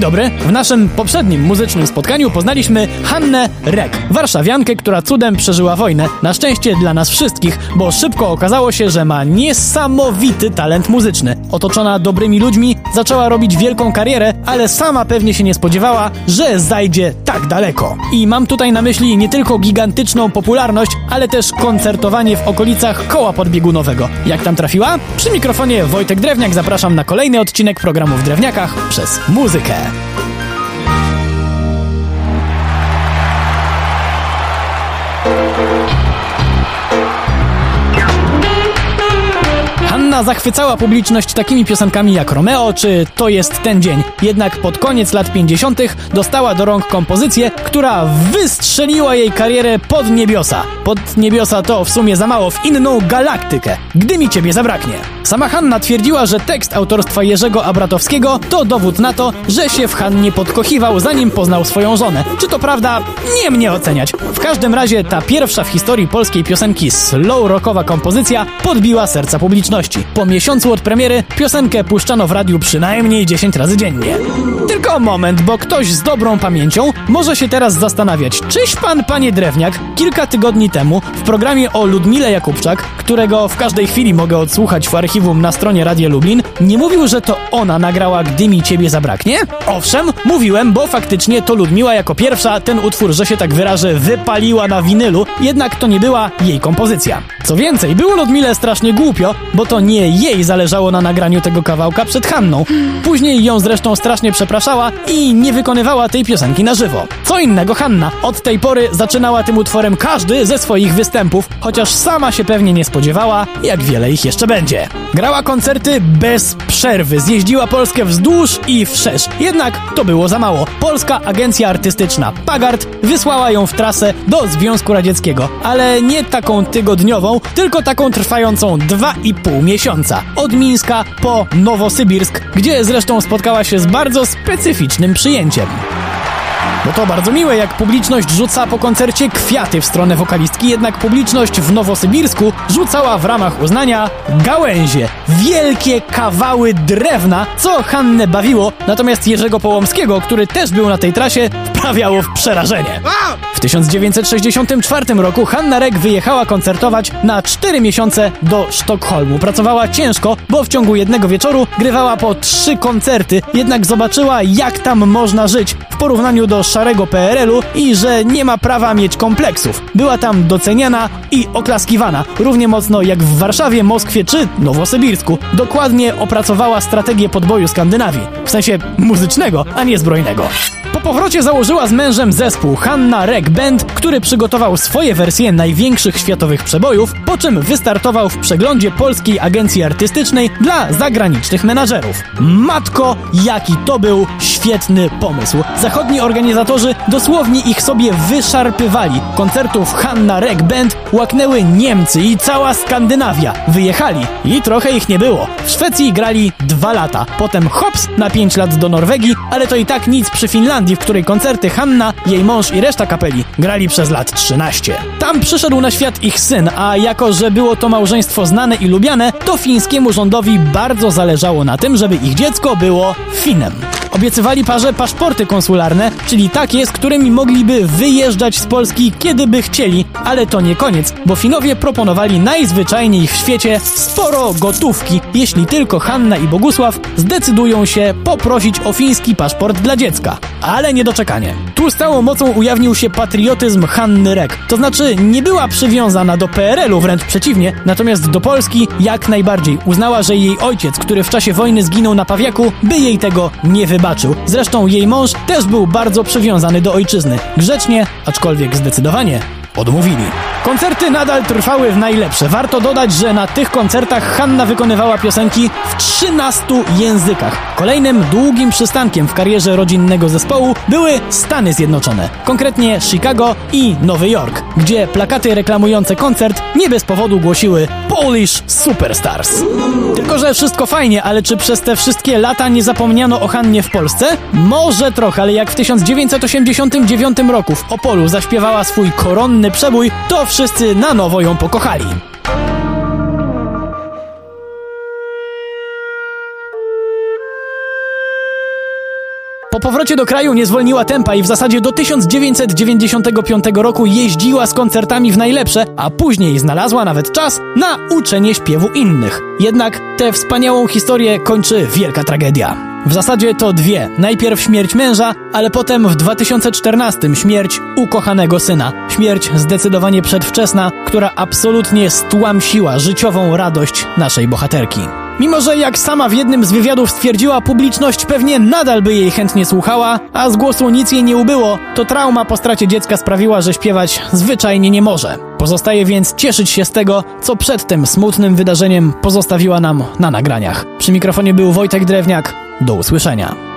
dobry. W naszym poprzednim muzycznym spotkaniu poznaliśmy Hannę Rek, warszawiankę, która cudem przeżyła wojnę. Na szczęście dla nas wszystkich, bo szybko okazało się, że ma niesamowity talent muzyczny. Otoczona dobrymi ludźmi, zaczęła robić wielką karierę, ale sama pewnie się nie spodziewała, że zajdzie tak daleko. I mam tutaj na myśli nie tylko gigantyczną popularność, ale też koncertowanie w okolicach koła podbiegunowego. Jak tam trafiła? Przy mikrofonie Wojtek Drewniak, zapraszam na kolejny odcinek programu W Drewniakach przez muzykę. Hanna zachwycała publiczność takimi piosenkami jak Romeo czy To jest ten dzień. Jednak pod koniec lat 50. dostała do rąk kompozycję, która wystrzeliła jej karierę pod niebiosa. Pod niebiosa to w sumie za mało, w inną galaktykę. Gdy mi ciebie zabraknie. Sama Hanna twierdziła, że tekst autorstwa Jerzego Abratowskiego to dowód na to, że się w Hannie podkochiwał, zanim poznał swoją żonę. Czy to prawda? Nie mnie oceniać. W każdym razie ta pierwsza w historii polskiej piosenki slow rockowa kompozycja podbiła serca publiczności. Po miesiącu od premiery piosenkę puszczano w radiu przynajmniej 10 razy dziennie. Tylko moment, bo ktoś z dobrą pamięcią może się teraz zastanawiać, czyś pan, panie Drewniak, kilka tygodni temu w programie o Ludmile Jakubczak, którego w każdej chwili mogę odsłuchać w archiwum na stronie Radia Lublin, nie mówił, że to ona nagrała Gdy mi ciebie zabraknie? Owszem, mówiłem, bo faktycznie to Ludmiła jako pierwsza ten utwór, że się tak wyrażę, wypaliła na winylu, jednak to nie była jej kompozycja. Co więcej, było Ludmile strasznie głupio, bo to nie jej zależało na nagraniu tego kawałka przed Hanną. Później ją zresztą strasznie przepraszała i nie wykonywała tej piosenki na żywo. Co innego Hanna. Od tej pory zaczynała tym utworem każdy ze swoich występów, chociaż sama się pewnie nie spodziewała, jak wiele ich jeszcze będzie. Grała koncerty bez przerwy, zjeździła Polskę wzdłuż i wszerz. Jednak to było za mało. Polska Agencja Artystyczna Pagart wysłała ją w trasę do Związku Radzieckiego, ale nie taką tygodniową, tylko taką trwającą 2,5 miesiąca. Od Mińska po Nowosybirsk, gdzie zresztą spotkała się z bardzo specyficznym przyjęciem. Bo to bardzo miłe, jak publiczność rzuca po koncercie kwiaty w stronę wokalistki, jednak publiczność w Nowosybirsku rzucała w ramach uznania gałęzie, wielkie kawały drewna, co Hannę bawiło, natomiast Jerzego Połomskiego, który też był na tej trasie, wprawiało w przerażenie. W 1964 roku Hanna Rek wyjechała koncertować na 4 miesiące do Sztokholmu. Pracowała ciężko, bo w ciągu jednego wieczoru grywała po 3 koncerty, jednak zobaczyła, jak tam można żyć w porównaniu do szarego PRL-u i że nie ma prawa mieć kompleksów. Była tam doceniana i oklaskiwana, równie mocno jak w Warszawie, Moskwie czy Nowosybirsku. Dokładnie opracowała strategię podboju Skandynawii, w sensie muzycznego, a nie zbrojnego. Po powrocie założyła z mężem zespół Hanna Rek Band, który przygotował swoje wersje największych światowych przebojów, po czym wystartował w przeglądzie Polskiej Agencji Artystycznej dla zagranicznych menadżerów. Matko, jaki to był świetny pomysł. Zachodni organizatorzy dosłownie ich sobie wyszarpywali. Koncertów Hanna Rek Band łaknęły Niemcy i cała Skandynawia. Wyjechali i trochę ich nie było. W Szwecji grali 2 lata, potem hops na 5 lat do Norwegii, ale to i tak nic przy Finlandii, w której koncerty Hanna, jej mąż i reszta kapeli grali przez lat 13. Tam przyszedł na świat ich syn, a jako że było to małżeństwo znane i lubiane, to fińskiemu rządowi bardzo zależało na tym, żeby ich dziecko było Finem. Obiecywali parze paszporty konsularne, czyli takie, z którymi mogliby wyjeżdżać z Polski, kiedy by chcieli, ale to nie koniec, bo Finowie proponowali najzwyczajniej w świecie sporo gotówki, jeśli tylko Hanna i Bogusław zdecydują się poprosić o fiński paszport dla dziecka. Ale niedoczekanie. Tu z całą mocą ujawnił się patriotyzm Hanny Rek. To znaczy nie była przywiązana do PRL-u, wręcz przeciwnie, natomiast do Polski jak najbardziej. Uznała, że jej ojciec, który w czasie wojny zginął na Pawiaku, by jej tego nie wybaczył. Zresztą jej mąż też był bardzo przywiązany do ojczyzny. Grzecznie, aczkolwiek zdecydowanie odmówili. Koncerty nadal trwały w najlepsze. Warto dodać, że na tych koncertach Hanna wykonywała piosenki w 13 językach. Kolejnym długim przystankiem w karierze rodzinnego zespołu były Stany Zjednoczone, konkretnie Chicago i Nowy Jork, gdzie plakaty reklamujące koncert nie bez powodu głosiły Polish Superstars. Tylko że wszystko fajnie, ale czy przez te wszystkie lata nie zapomniano o Hannie w Polsce? Może trochę, ale jak w 1989 roku w Opolu zaśpiewała swój koronny przebój, to wszyscy na nowo ją pokochali. Po powrocie do kraju nie zwolniła tempa i w zasadzie do 1995 roku jeździła z koncertami w najlepsze, a później znalazła nawet czas na uczenie śpiewu innych. Jednak tę wspaniałą historię kończy wielka tragedia. W zasadzie to dwie. Najpierw śmierć męża, ale potem w 2014 śmierć ukochanego syna. Śmierć zdecydowanie przedwczesna, która absolutnie stłamsiła życiową radość naszej bohaterki. Mimo że jak sama w jednym z wywiadów stwierdziła, publiczność pewnie nadal by jej chętnie słuchała, a z głosu nic jej nie ubyło, to trauma po stracie dziecka sprawiła, że śpiewać zwyczajnie nie może. Pozostaje więc cieszyć się z tego, co przed tym smutnym wydarzeniem pozostawiła nam na nagraniach. Przy mikrofonie był Wojtek Drewniak. Do usłyszenia.